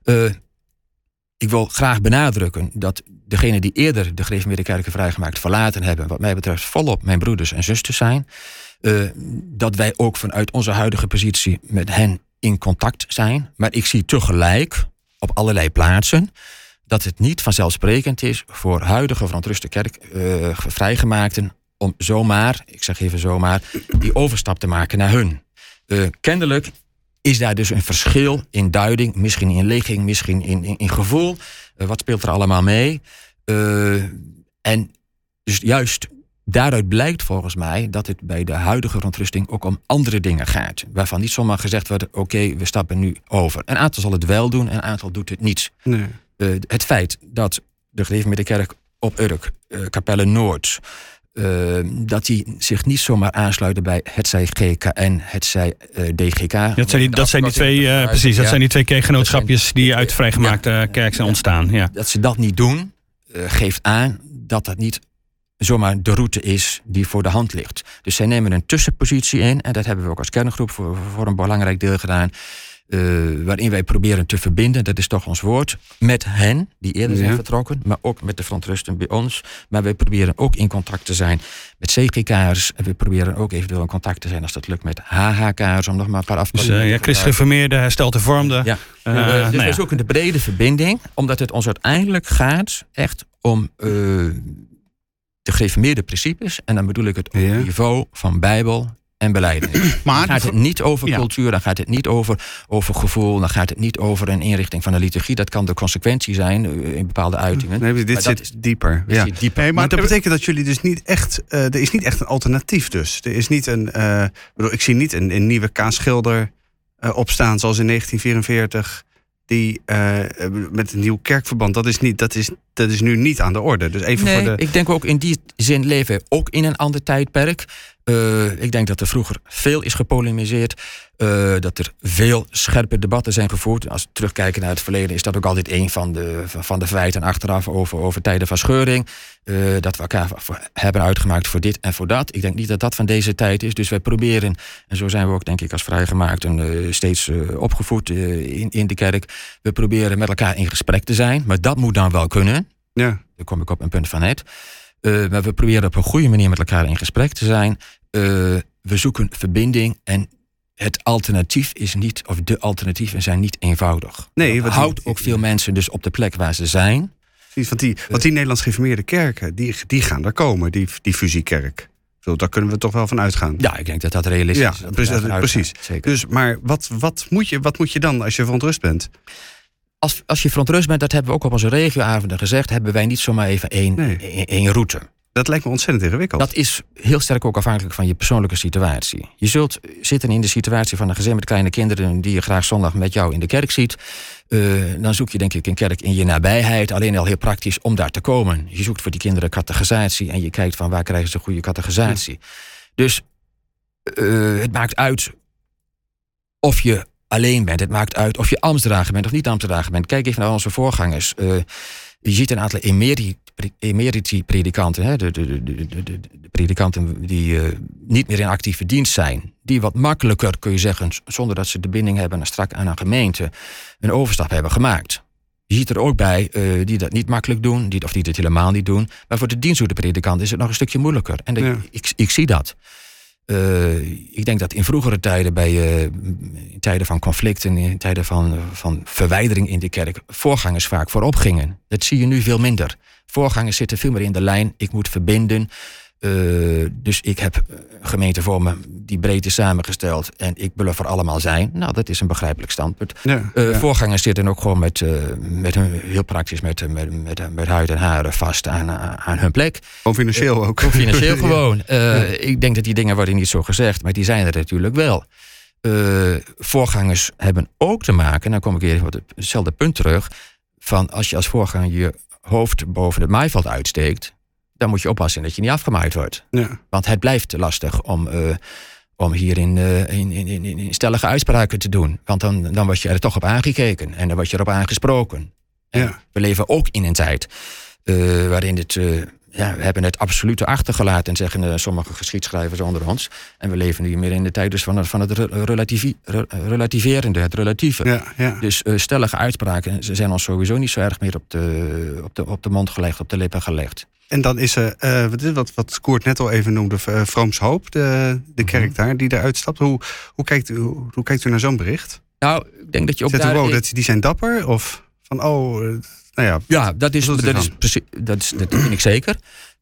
Ik wil graag benadrukken dat degenen die eerder de Gereformeerde Kerken vrijgemaakt verlaten hebben, wat mij betreft volop mijn broeders en zusters zijn. Dat wij ook vanuit onze huidige positie met hen in contact zijn. Maar ik zie tegelijk op allerlei plaatsen dat het niet vanzelfsprekend is voor huidige verontruste vrijgemaakten om zomaar, ik zeg even zomaar, die overstap te maken naar hun. Kennelijk is daar dus een verschil in duiding, misschien in ligging, misschien in gevoel. Wat speelt er allemaal mee? En dus juist daaruit blijkt volgens mij dat het bij de huidige verontrusting ook om andere dingen gaat. Waarvan niet zomaar gezegd wordt, oké, we stappen nu over. Een aantal zal het wel doen, een aantal doet het niet. Nee. Het feit dat de Gereformeerde Kerk op Urk, Capelle Noord, dat die zich niet zomaar aansluiten bij hetzij GKN, hetzij DGK. Dat zijn die twee, precies. Dat zijn die twee kerkgenootschapjes die uit vrijgemaakte kerk zijn ontstaan. Ja. Dat ze dat niet doen, geeft aan dat dat niet zomaar de route is die voor de hand ligt. Dus zij nemen een tussenpositie in, en dat hebben we ook als kerngroep voor een belangrijk deel gedaan, waarin wij proberen te verbinden, dat is toch ons woord, met hen die eerder zijn vertrokken, maar ook met de verontrusten bij ons. Maar wij proberen ook in contact te zijn met CGK'ers en we proberen ook eventueel in contact te zijn, als dat lukt, met HHK'ers, om nog maar een paar afkortingen. Dus christgereformeerde, hersteld hervormde. Ja. Dus wij zoeken de brede verbinding, omdat het ons uiteindelijk gaat echt om de gereformeerde principes, en dan bedoel ik het op het niveau van Bijbel en belijdenis. Maar dan gaat het niet over cultuur, dan gaat het niet over gevoel, dan gaat het niet over een inrichting van de liturgie. Dat kan de consequentie zijn in bepaalde uitingen. Nee, dit zit dieper. Hey, maar dat betekent dat jullie dus niet echt, er is niet echt een alternatief dus. Er is niet ik zie niet een nieuwe K-schilder opstaan zoals in 1944. Die met een nieuw kerkverband, dat is nu niet aan de orde. Dus even voor de... Ik denk ook in die zin leven we ook in een ander tijdperk. Ik denk dat er vroeger veel is gepolemiseerd. Dat er veel scherpe debatten zijn gevoerd. Als we terugkijken naar het verleden, is dat ook altijd een van de feiten achteraf over tijden van scheuring. Dat we elkaar hebben uitgemaakt voor dit en voor dat. Ik denk niet dat dat van deze tijd is. Dus wij proberen, en zo zijn we ook denk ik als vrijgemaakten steeds opgevoed in de kerk. We proberen met elkaar in gesprek te zijn. Maar dat moet dan wel kunnen. Ja. Daar kom ik op een punt van net. Maar we proberen op een goede manier met elkaar in gesprek te zijn. We zoeken verbinding en het alternatief is niet, of de alternatieven zijn niet eenvoudig. Nee, dat houdt ook veel mensen dus op de plek waar ze zijn. Want die Nederlands gereformeerde kerken, die gaan er komen, die fusiekerk. Daar kunnen we toch wel van uitgaan. Ja, ik denk dat dat realistisch is. Ja, precies. Dus, maar wat moet je dan als je verontrust bent? Als je verontrust bent, dat hebben we ook op onze regioavonden gezegd, hebben wij niet zomaar even één route. Dat lijkt me ontzettend ingewikkeld. Dat is heel sterk ook afhankelijk van je persoonlijke situatie. Je zult zitten in de situatie van een gezin met kleine kinderen die je graag zondag met jou in de kerk ziet. Dan zoek je denk ik een kerk in je nabijheid. Alleen al heel praktisch om daar te komen. Je zoekt voor die kinderen catechisatie en je kijkt van waar krijgen ze goede catechisatie. Dus het maakt uit of je alleen bent. Het maakt uit of je ambtsdrager bent of niet ambtsdrager bent. Kijk even naar onze voorgangers. Je ziet een aantal emeriti-predikanten, de predikanten die niet meer in actieve dienst zijn, die wat makkelijker, kun je zeggen, zonder dat ze de binding hebben strak aan een gemeente, een overstap hebben gemaakt. Je ziet er ook bij die dat niet makkelijk doen, of die het helemaal niet doen. Maar voor de dienstdoende predikant is het nog een stukje moeilijker. En ik zie dat. Ik denk dat in vroegere tijden, in tijden van conflicten, in tijden van verwijdering in de kerk, voorgangers vaak voorop gingen. Dat zie je nu veel minder. Voorgangers zitten veel meer in de lijn. Ik moet verbinden. Dus ik heb gemeente voor me die breed is samengesteld en ik wil er voor allemaal zijn. Nou, dat is een begrijpelijk standpunt. Voorgangers zitten ook gewoon met hun, heel praktisch met huid en haren vast aan hun plek. Gewoon financieel ook. Financieel gewoon. Ik denk dat die dingen worden niet zo gezegd, maar die zijn er natuurlijk wel. Voorgangers hebben ook te maken, en dan kom ik weer op hetzelfde punt terug, van als je als voorganger je hoofd boven het maaiveld uitsteekt, dan moet je oppassen dat je niet afgemaaid wordt. Ja. Want het blijft lastig om hier in stellige uitspraken te doen. Want dan word je er toch op aangekeken. En dan word je erop aangesproken. Ja. We leven ook in een tijd waarin we hebben het absolute achtergelaten, zeggen sommige geschiedschrijvers onder ons. En we leven nu meer in de tijd dus van het relativerende, het relatieve. Ja. Dus stellige uitspraken zijn ons sowieso niet zo erg meer op de mond gelegd, op de lippen gelegd. En dan is er, wat Koert net al even noemde, Vrooms Hoop, de kerk daar, die eruit stapt. Hoe kijkt u naar zo'n bericht? Nou, ik denk dat je ook die zijn dapper? Of van, Ja, dat vind ik zeker.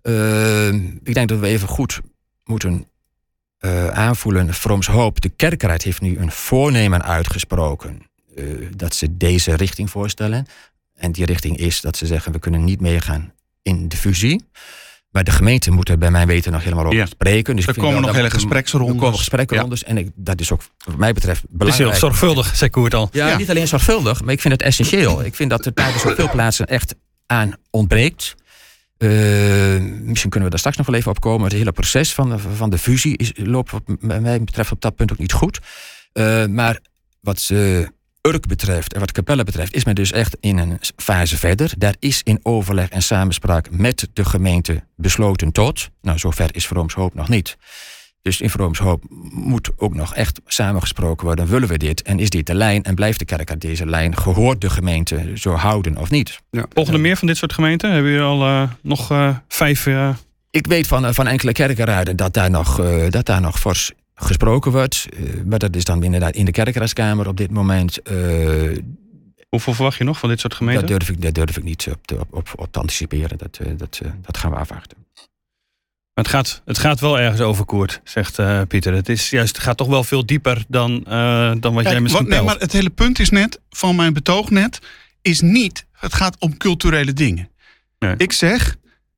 Ik denk dat we even goed moeten aanvoelen. Vrooms Hoop, de kerkraad heeft nu een voornemen uitgesproken dat ze deze richting voorstellen. En die richting is dat ze zeggen, we kunnen niet meegaan in de fusie. Maar de gemeente moet er bij mijn weten nog helemaal over spreken. Dus er komen nog hele gespreksrondes. En dat is ook wat mij betreft belangrijk. Het is heel zorgvuldig, zei Koert al. Ja, niet alleen zorgvuldig, maar ik vind het essentieel. Ik vind dat er tijdens op veel plaatsen echt aan ontbreekt. Misschien kunnen we daar straks nog wel even op komen. Het hele proces van de fusie loopt wat mij betreft op dat punt ook niet goed. Maar wat Urk betreft en wat Capelle betreft, is men dus echt in een fase verder. Daar is in overleg en samenspraak met de gemeente besloten tot. Nou, zover is Vrooms Hoop nog niet. Dus in Vrooms Hoop moet ook nog echt samengesproken worden. Willen we dit? En is dit de lijn? En blijft de kerk aan deze lijn? Gehoord de gemeente zo houden of niet? Ja. Volgen er meer van dit soort gemeenten? Hebben jullie al nog 5... Ik weet van enkele kerkenraden dat daar nog fors gesproken wordt. Maar dat is dan inderdaad in de kerkenraadskamer op dit moment. Hoeveel verwacht je nog van dit soort gemeenten? Dat durf ik niet op te anticiperen. Dat gaan we afwachten. Maar het gaat wel ergens over, Koert, zegt Pieter. Het gaat toch wel veel dieper dan wat jij misschien pelt. Maar het hele punt is net, van mijn betoog net, is niet, het gaat om culturele dingen. Nee. Ik zeg,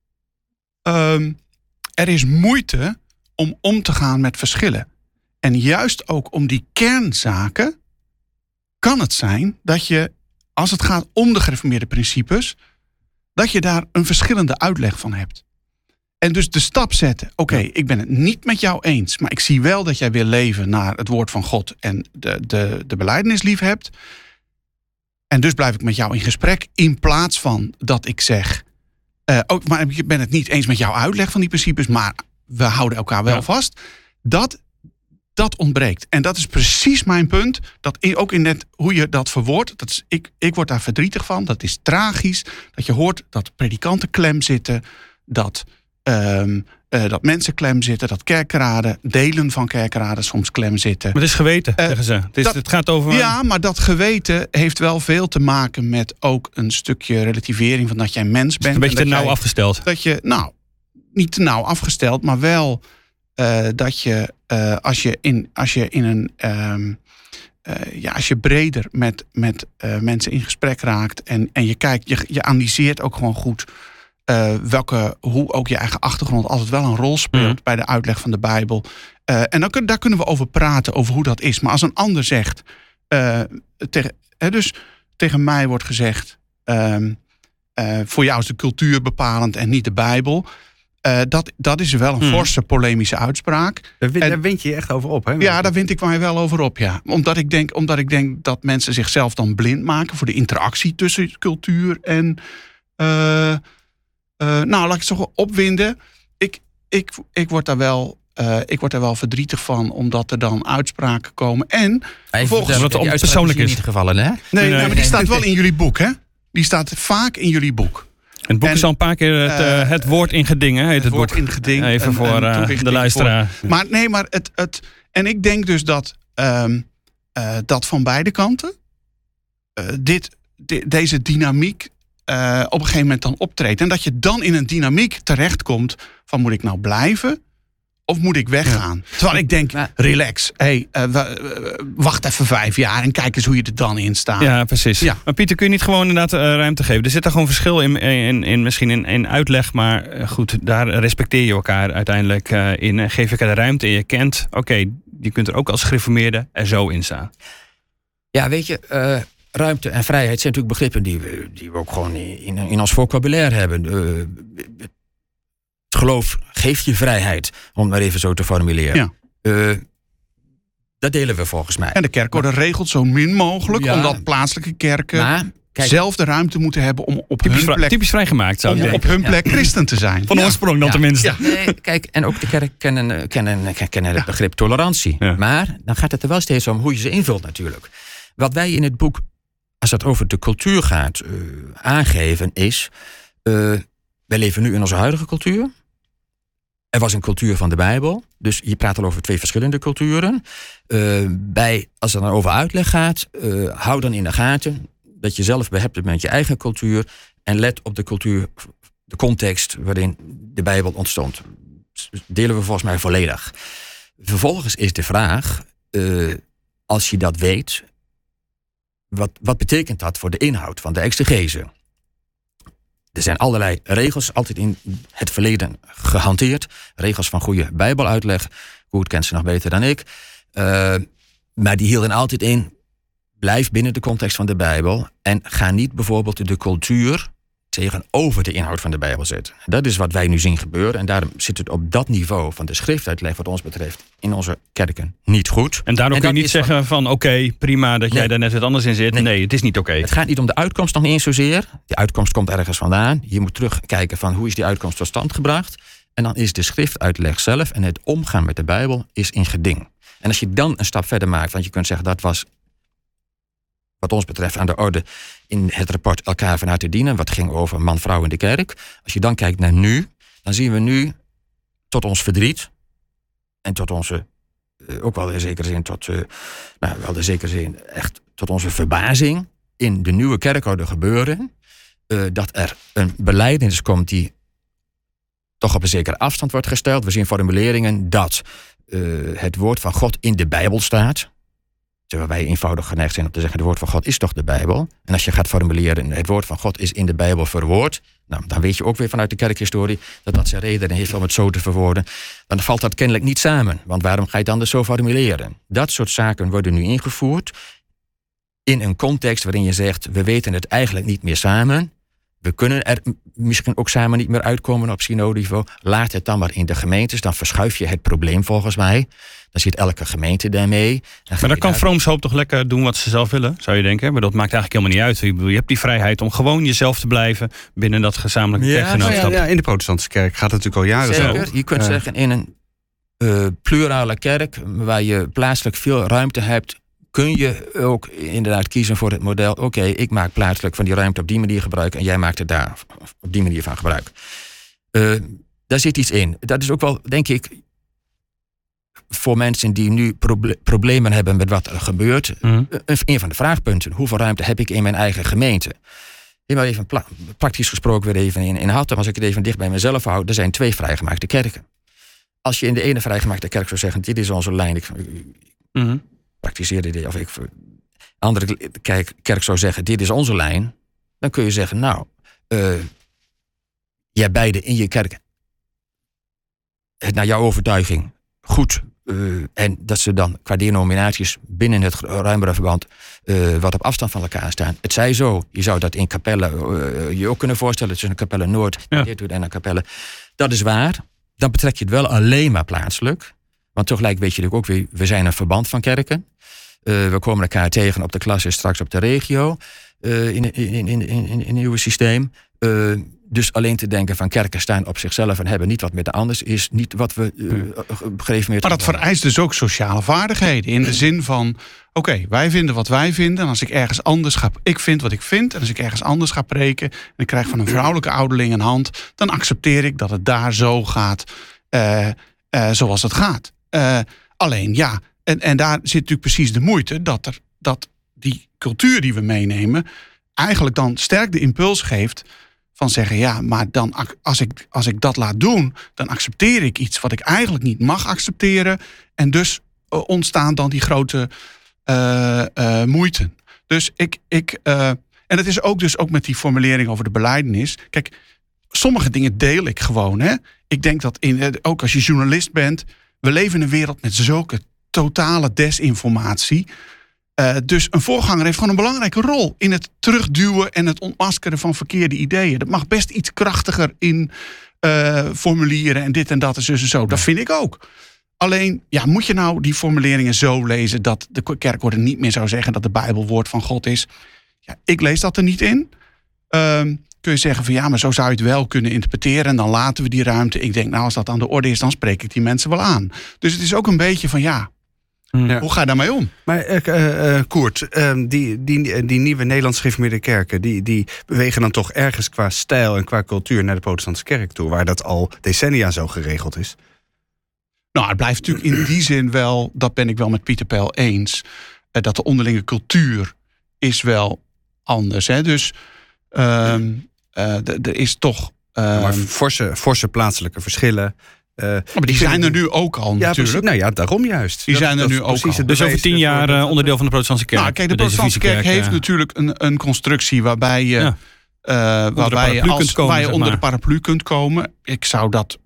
er is moeite om te gaan met verschillen. En juist ook om die kernzaken kan het zijn dat je, als het gaat om de gereformeerde principes, dat je daar een verschillende uitleg van hebt. En dus de stap zetten. Oké, ik ben het niet met jou eens, maar ik zie wel dat jij wil leven naar het woord van God en de belijdenis lief hebt. En dus blijf ik met jou in gesprek, in plaats van dat ik zeg, maar ik ben het niet eens met jouw uitleg van die principes, maar we houden elkaar wel vast. Dat ontbreekt. En dat is precies mijn punt. Dat ook in net hoe je dat verwoordt. Ik word daar verdrietig van. Dat is tragisch. Dat je hoort dat predikanten klem zitten. Dat mensen klem zitten. Dat kerkraden, delen van kerkraden soms klem zitten. Maar het is geweten, zeggen ze. Het gaat over... Ja, maar dat geweten heeft wel veel te maken met ook een stukje relativering van dat jij mens bent. Een beetje te nauw afgesteld. Dat je, niet te nauw afgesteld, maar wel dat je als je breder met mensen in gesprek raakt en je kijkt, je analyseert ook gewoon goed hoe ook je eigen achtergrond altijd wel een rol speelt bij de uitleg van de Bijbel. En daar kunnen we over praten, over hoe dat is. Maar als een ander zegt, tegen mij wordt gezegd, voor jou is de cultuur bepalend en niet de Bijbel. Dat is wel een forse polemische uitspraak. Daar wind je echt over op, hè? Ja, daar wind ik mij wel over op, ja. Omdat ik denk dat mensen zichzelf dan blind maken voor de interactie tussen cultuur en laat ik het zo opwinden. Ik word daar wel verdrietig van, omdat er dan uitspraken komen. En volgens wat het persoonlijk is. Niet gevallen, hè? Nee, maar die staat wel in jullie boek, hè? Die staat vaak in jullie boek. het boek is al een paar keer het woord in geding, hè? Het woord in geding. Even voor de luisteraar. Maar en ik denk dus dat van beide kanten deze dynamiek op een gegeven moment dan optreedt. En dat je dan in een dynamiek terechtkomt van moet ik nou blijven of moet ik weggaan? Ja. Terwijl ik denk, relax. Wacht even 5 jaar en kijk eens hoe je er dan in staat. Ja, precies. Ja. Maar Pieter, kun je niet gewoon inderdaad ruimte geven? Er zit er gewoon verschil in uitleg, maar goed, daar respecteer je elkaar uiteindelijk in. Geef je elkaar de ruimte en je kent, je kunt er ook als gereformeerde er zo in staan. Ja, weet je, ruimte en vrijheid zijn natuurlijk begrippen die we ook gewoon in ons vocabulaire hebben. Het geloof geeft je vrijheid, om het maar even zo te formuleren. Ja. Dat delen we volgens mij. En de kerkorde regelt zo min mogelijk, omdat plaatselijke kerken zelf de ruimte moeten hebben om op hun plek... Typisch vrijgemaakt, zou ik denken. Op hun plek christen te zijn. Van oorsprong dan tenminste. Ja. Nee, kijk, en ook de kerk kennen het begrip tolerantie. Ja. Maar dan gaat het er wel steeds om hoe je ze invult natuurlijk. Wat wij in het boek, als het over de cultuur gaat, aangeven is... wij leven nu in onze huidige cultuur. Er was een cultuur van de Bijbel. Dus je praat al over 2 verschillende culturen. Als het dan over uitleg gaat, hou dan in de gaten dat je zelf behept bent met je eigen cultuur. En let op de cultuur, de context waarin de Bijbel ontstond. Dat delen we volgens mij volledig. Vervolgens is de vraag, als je dat weet, wat betekent dat voor de inhoud van de exegese? Er zijn allerlei regels altijd in het verleden gehanteerd. Regels van goede Bijbeluitleg. Goed, kent ze nog beter dan ik. Maar die hielden altijd in, blijf binnen de context van de Bijbel. En ga niet bijvoorbeeld de cultuur tegenover de inhoud van de Bijbel zetten. Dat is wat wij nu zien gebeuren. En daarom zit het op dat niveau van de schriftuitleg wat ons betreft in onze kerken niet goed. En daardoor kun je niet zeggen van oké, prima dat jij daar net wat anders in zit. Nee, het is niet oké. Het gaat niet om de uitkomst nog niet eens zozeer. Die uitkomst komt ergens vandaan. Je moet terugkijken van hoe is die uitkomst tot stand gebracht. En dan is de schriftuitleg zelf en het omgaan met de Bijbel is in geding. En als je dan een stap verder maakt, want je kunt zeggen dat was wat ons betreft aan de orde in het rapport Elkaar vanuit te dienen, wat ging over man-vrouw in de kerk. Als je dan kijkt naar nu, dan zien we nu tot ons verdriet en tot onze, ook wel in zekere zin, echt tot onze verbazing in de nieuwe kerkorde gebeuren, dat er een belijdenis komt die toch op een zekere afstand wordt gesteld. We zien formuleringen dat het woord van God in de Bijbel staat. Terwijl wij eenvoudig geneigd zijn om te zeggen, het woord van God is toch de Bijbel? En als je gaat formuleren, het woord van God is in de Bijbel verwoord, nou, dan weet je ook weer vanuit de kerkhistorie dat zijn reden heeft om het zo te verwoorden. Dan valt dat kennelijk niet samen. Want waarom ga je het anders zo formuleren? Dat soort zaken worden nu ingevoerd in een context waarin je zegt, we weten het eigenlijk niet meer samen. We kunnen er misschien ook samen niet meer uitkomen op synodeniveau. Laat het dan maar in de gemeentes. Dan verschuif je het probleem volgens mij. Dan zit elke gemeente daarmee. Maar dan kan Vroomshoop toch lekker doen wat ze zelf willen, zou je denken? Maar dat maakt eigenlijk helemaal niet uit. Je hebt die vrijheid om gewoon jezelf te blijven binnen dat gezamenlijke kerkgenootschap. Ja, in de protestantse kerk gaat het natuurlijk al jaren Zeker. zo. Je kunt zeggen, in een plurale kerk, waar je plaatselijk veel ruimte hebt, kun je ook inderdaad kiezen voor het model, oké, ik maak plaatselijk van die ruimte op die manier gebruik en jij maakt er daar op die manier van gebruik. Daar zit iets in. Dat is ook wel, denk ik, voor mensen die nu problemen hebben met wat er gebeurt, een van de vraagpunten. Hoeveel ruimte heb ik in mijn eigen gemeente? Maar even praktisch gesproken weer even in Hattem, als ik het even dicht bij mezelf hou, er zijn 2 vrijgemaakte kerken. Als je in de ene vrijgemaakte kerk zou zeggen, dit is onze lijn, praktiseerde dit, of ik andere kerk zou zeggen, dit is onze lijn, dan kun je zeggen, nou, jij beide in je kerk het naar jouw overtuiging goed, en dat ze dan qua denominaties binnen het ruimere verband wat op afstand van elkaar staan. Het zij zo, je zou dat in Capelle je ook kunnen voorstellen, tussen een Capelle Noord en een Capelle. Dat is waar, dan betrek je het wel alleen maar plaatselijk. Want tegelijk weet je natuurlijk ook weer, we zijn een verband van kerken. We komen elkaar tegen op de klas en straks op de regio in een nieuwe systeem. Dus alleen te denken van kerken staan op zichzelf en hebben niet wat met de anders, is niet wat we gegeven moment. Maar dat vereist dus ook sociale vaardigheden. In de zin van, oké, wij vinden wat wij vinden. En als ik ergens anders ik vind wat ik vind. En als ik ergens anders ga preken en ik krijg van een vrouwelijke ouderling een hand, dan accepteer ik dat het daar zo gaat zoals het gaat. Alleen ja, en daar zit natuurlijk precies de moeite dat die cultuur die we meenemen eigenlijk dan sterk de impuls geeft van zeggen, ja, maar dan als ik dat laat doen, dan accepteer ik iets wat ik eigenlijk niet mag accepteren. En dus ontstaan dan die grote moeiten. Dus en het is ook dus ook met die formulering over de belijdenis. Kijk, sommige dingen deel ik gewoon. Hè? Ik denk dat ook als je journalist bent, we leven in een wereld met zulke totale desinformatie. Dus een voorganger heeft gewoon een belangrijke rol in het terugduwen en het ontmaskeren van verkeerde ideeën. Dat mag best iets krachtiger in formulieren en dit en dat en zus en zo. Dat vind ik ook. Alleen, ja, moet je nou die formuleringen zo lezen dat de kerkorde niet meer zou zeggen dat de Bijbel woord van God is? Ja, ik lees dat er niet in. Kun je zeggen van ja, maar zo zou je het wel kunnen interpreteren en dan laten we die ruimte. Ik denk, nou, als dat aan de orde is, dan spreek ik die mensen wel aan. Dus het is ook een beetje van ja. Hoe ga je daarmee om? Maar Koert, die nieuwe Nederlands gereformeerde kerken, die bewegen dan toch ergens qua stijl en qua cultuur naar de protestantse kerk toe, waar dat al decennia zo geregeld is? Nou, het blijft natuurlijk in die zin wel, dat ben ik wel met Pieter Pijl eens, dat de onderlinge cultuur is wel anders. Hè? Dus er is toch maar forse plaatselijke verschillen. Maar die zijn er nu ook al natuurlijk. Precies, nou ja, daarom juist. Die zijn er nu ook al. Dus over 10 jaar onderdeel van de protestantse kerk. Nou, kijk, de protestantse kerk heeft natuurlijk een constructie waarbij je, waar je onder de paraplu kunt komen. Ik zou dat.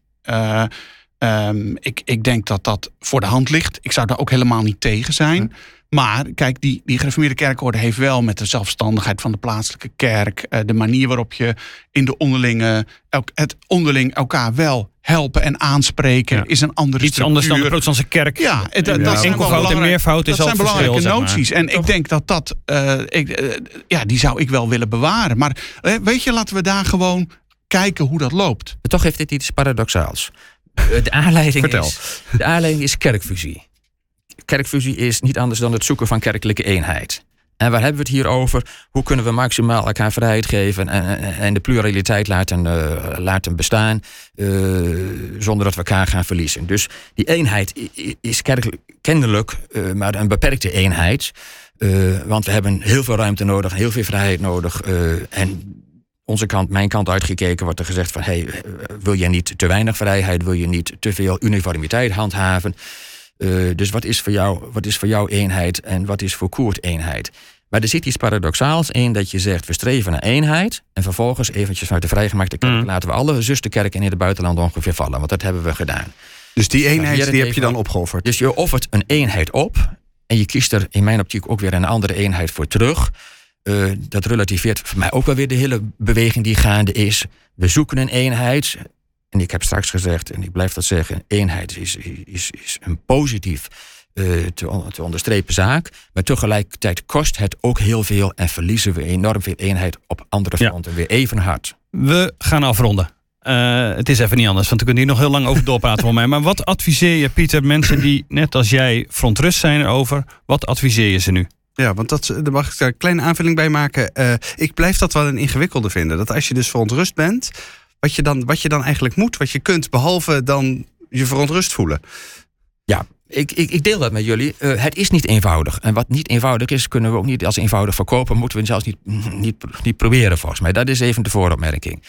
Ik denk dat dat voor de hand ligt. Ik zou daar ook helemaal niet tegen zijn. Maar kijk, die gereformeerde kerkorde heeft wel met de zelfstandigheid van de plaatselijke kerk, de manier waarop je in de het onderling elkaar wel helpen en aanspreken, is een andere iets structuur. Anders dan de protestantse kerk. Ja, dat enkelvoud en meervoud is al zijn belangrijke verschil, noties. Zeg maar. En ik denk dat die zou ik wel willen bewaren. Maar weet je, laten we daar gewoon kijken hoe dat loopt. Toch heeft dit iets paradoxaals. De aanleiding is kerkfusie. Kerkfusie is niet anders dan het zoeken van kerkelijke eenheid. En waar hebben we het hier over? Hoe kunnen we maximaal elkaar vrijheid geven en de pluraliteit laten bestaan, zonder dat we elkaar gaan verliezen. Dus die eenheid is kennelijk maar een beperkte eenheid. Want we hebben heel veel ruimte nodig, heel veel vrijheid nodig. En mijn kant uitgekeken wordt er gezegd van, wil je niet te weinig vrijheid? Wil je niet te veel uniformiteit handhaven? Dus wat is voor jou eenheid en wat is voor Koert eenheid? Maar er zit iets paradoxaals in dat je zegt, we streven naar eenheid en vervolgens eventjes vanuit de vrijgemaakte kerk laten we alle zusterkerken in het buitenland ongeveer vallen. Want dat hebben we gedaan. Dus die eenheid die heb je dan opgeofferd? Dus je offert een eenheid op en je kiest er in mijn optiek ook weer een andere eenheid voor terug. Dat relativeert voor mij ook wel weer de hele beweging die gaande is. We zoeken een eenheid. En ik heb straks gezegd, en ik blijf dat zeggen, eenheid is een positief te onderstrepen zaak. Maar tegelijkertijd kost het ook heel veel en verliezen we enorm veel eenheid op andere fronten weer even hard. We gaan afronden. Het is even niet anders, want we kunnen hier nog heel lang over doorpraten voor mij. Maar wat adviseer je, Pieter, mensen die net als jij verontrust zijn erover, wat adviseer je ze nu? Ja, want daar mag ik daar een kleine aanvulling bij maken. Ik blijf dat wel een ingewikkelde vinden. Dat als je dus verontrust bent, wat je dan eigenlijk moet, wat je kunt, behalve dan je verontrust voelen. Ja, ik deel dat met jullie. Het is niet eenvoudig. En wat niet eenvoudig is, kunnen we ook niet als eenvoudig verkopen. Moeten we zelfs niet proberen, volgens mij. Dat is even de vooropmerking.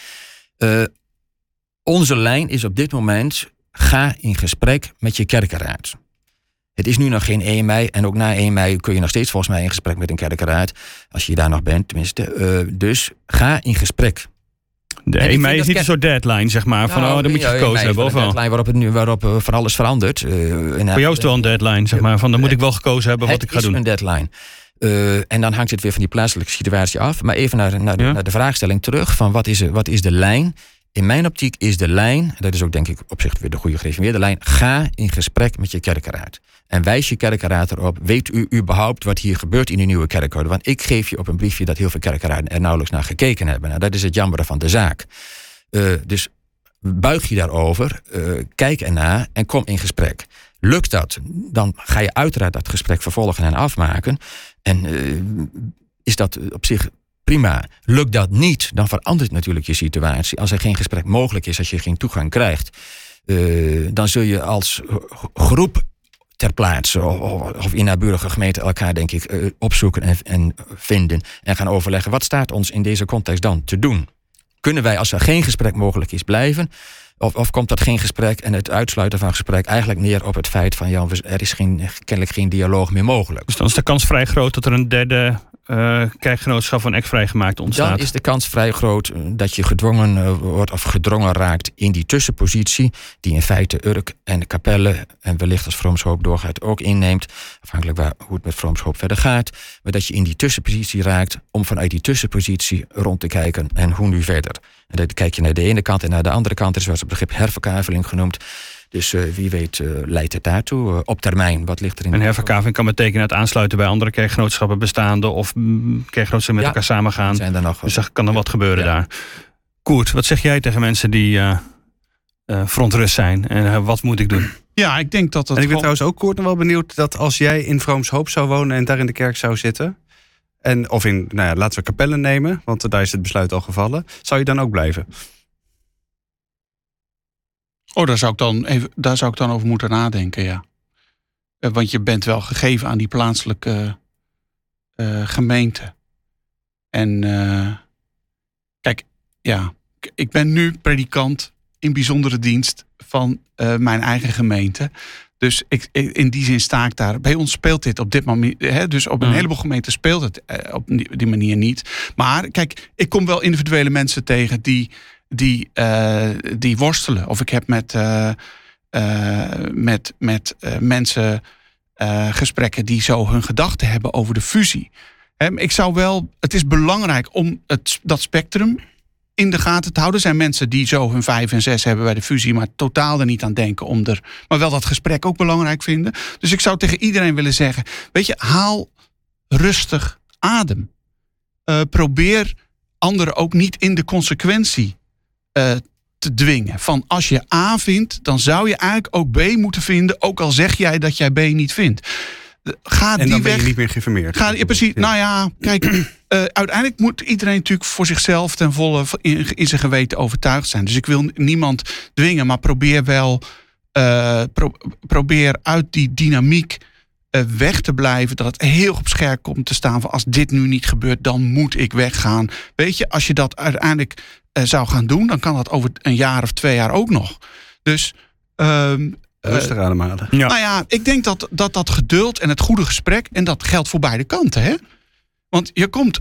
Onze lijn is op dit moment, ga in gesprek met je kerkenraad. Het is nu nog geen 1 mei. En ook na 1 mei kun je nog steeds volgens mij in gesprek met een kerkenraad. Als je daar nog bent, tenminste. Dus ga in gesprek. De 1 mei is niet een soort deadline, zeg maar. Dan moet je gekozen hebben. Of wel? Deadline waarop van alles verandert. Voor jou is het wel een deadline, zeg maar. Dan moet ik wel gekozen hebben wat ik ga doen. Het is een deadline. En dan hangt het weer van die plaatselijke situatie af. Maar even naar de vraagstelling terug. Van wat is de lijn? in mijn optiek is de lijn, dat is ook denk ik op zich weer de goede gereformeerde lijn, ga in gesprek met je kerkenraad. En wijs je kerkenraad erop, weet u überhaupt wat hier gebeurt in de nieuwe kerkorde? Want ik geef je op een briefje dat heel veel kerkenraden er nauwelijks naar gekeken hebben. Nou, dat is het jammere van de zaak. Dus buig je daarover, kijk ernaar en kom in gesprek. Lukt dat, dan ga je uiteraard dat gesprek vervolgen en afmaken. En is dat op zich prima. Lukt dat niet, dan verandert natuurlijk je situatie. Als er geen gesprek mogelijk is, als je geen toegang krijgt, dan zul je als groep ter plaatse of in naburige gemeenten elkaar denk ik opzoeken en vinden en gaan overleggen. Wat staat ons in deze context dan te doen? Kunnen wij, als er geen gesprek mogelijk is, blijven? Of komt dat geen gesprek en het uitsluiten van gesprek eigenlijk neer op het feit van er is kennelijk geen dialoog meer mogelijk? Dus dan is de kans vrij groot dat er een derde kerkgenootschap van ex-vrijgemaakt ontstaat. Dan is de kans vrij groot dat je gedwongen wordt of gedrongen raakt in die tussenpositie, die in feite Urk en de Capelle en wellicht als Vroomshoop doorgaat ook inneemt, afhankelijk hoe het met Vroomshoop verder gaat, maar dat je in die tussenpositie raakt om vanuit die tussenpositie rond te kijken en hoe nu verder. En dan kijk je naar de ene kant en naar de andere kant, er is het begrip herverkaveling genoemd. Dus wie weet leidt het daartoe op termijn. Wat ligt er in? Een herverkaving kan betekenen het aansluiten bij andere kerkgenootschappen bestaande of kerkgenootschappen met elkaar samengaan. Zijn er nog dus er kan er wat gebeuren daar. Koert, wat zeg jij tegen mensen die verontrust zijn? En wat moet ik doen? Ja, ik denk dat dat. En ik ben trouwens ook, Koert, nog wel benieuwd dat als jij in Vroomshoop zou wonen en daar in de kerk zou zitten, of in, laten we Capelle nemen, want daar is het besluit al gevallen, zou je dan ook blijven? Daar zou ik dan over moeten nadenken, ja. Want je bent wel gegeven aan die plaatselijke gemeente. En kijk, ja, ik ben nu predikant in bijzondere dienst van mijn eigen gemeente. Dus in die zin sta ik daar. Bij ons speelt dit op dit moment. Dus op een heleboel gemeenten speelt het op die manier niet. Maar kijk, ik kom wel individuele mensen tegen die worstelen. Of ik heb met mensen gesprekken die zo hun gedachten hebben over de fusie. Het is belangrijk om dat spectrum in de gaten te houden. Er zijn mensen die zo hun 5 en 6 hebben bij de fusie, maar totaal er niet aan denken maar wel dat gesprek ook belangrijk vinden. Dus ik zou tegen iedereen willen zeggen, weet je, haal rustig adem. Probeer anderen ook niet in de consequentie te dwingen. Van als je A vindt, dan zou je eigenlijk ook B moeten vinden, ook al zeg jij dat jij B niet vindt. En dan ben je niet meer geïnformeerd. Precies. Nou ja, kijk, uiteindelijk moet iedereen natuurlijk voor zichzelf ten volle in zijn geweten overtuigd zijn. Dus ik wil niemand dwingen, maar probeer wel probeer uit die dynamiek weg te blijven, dat het heel op scherp komt te staan van als dit nu niet gebeurt, dan moet ik weggaan. Weet je, als je dat uiteindelijk zou gaan doen, dan kan dat over een jaar of 2 jaar ook nog. Dus rustig ademhalen. Ja. Nou ja, ik denk dat geduld en het goede gesprek, en dat geldt voor beide kanten. Hè? Want je komt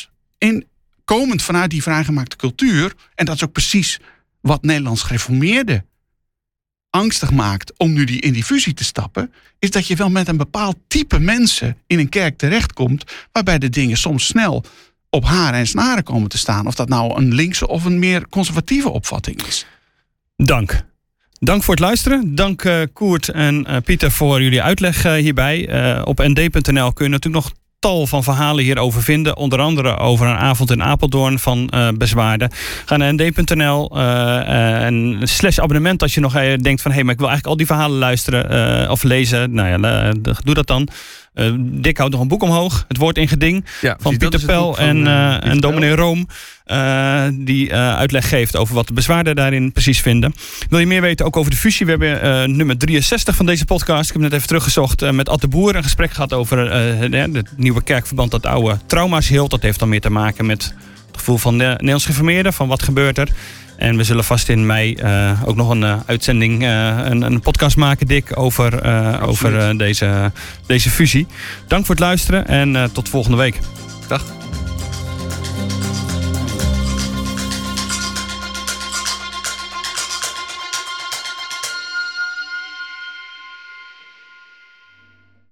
komend vanuit die vrijgemaakte cultuur, en dat is ook precies wat Nederlands gereformeerden angstig maakt om nu in die fusie te stappen, is dat je wel met een bepaald type mensen in een kerk terechtkomt, waarbij de dingen soms snel op haren en snaren komen te staan. Of dat nou een linkse of een meer conservatieve opvatting is. Dank voor het luisteren. Dank Koert en Pieter voor jullie uitleg hierbij. Op nd.nl kun je natuurlijk nog tal van verhalen hierover vinden. Onder andere over een avond in Apeldoorn van bezwaarden. Ga naar nd.nl en /abonnement als je nog denkt van maar ik wil eigenlijk al die verhalen luisteren of lezen. Nou ja, doe dat dan. Dick houdt nog een boek omhoog. Het woord in geding. Ja, van Pieter Pel en dominee Room. Die uitleg geeft over wat de bezwaarden daarin precies vinden. Wil je meer weten ook over de fusie? We hebben nummer 63 van deze podcast. Ik heb net even teruggezocht met Ad de Boer. Een gesprek gehad over het nieuwe kerkverband dat oude trauma's hield. Dat heeft dan meer te maken met het gevoel van de Nederlands gereformeerden. Van wat gebeurt er? En we zullen vast in mei ook nog een uitzending, een podcast maken, Dick, over deze fusie. Dank voor het luisteren en tot volgende week. Dag.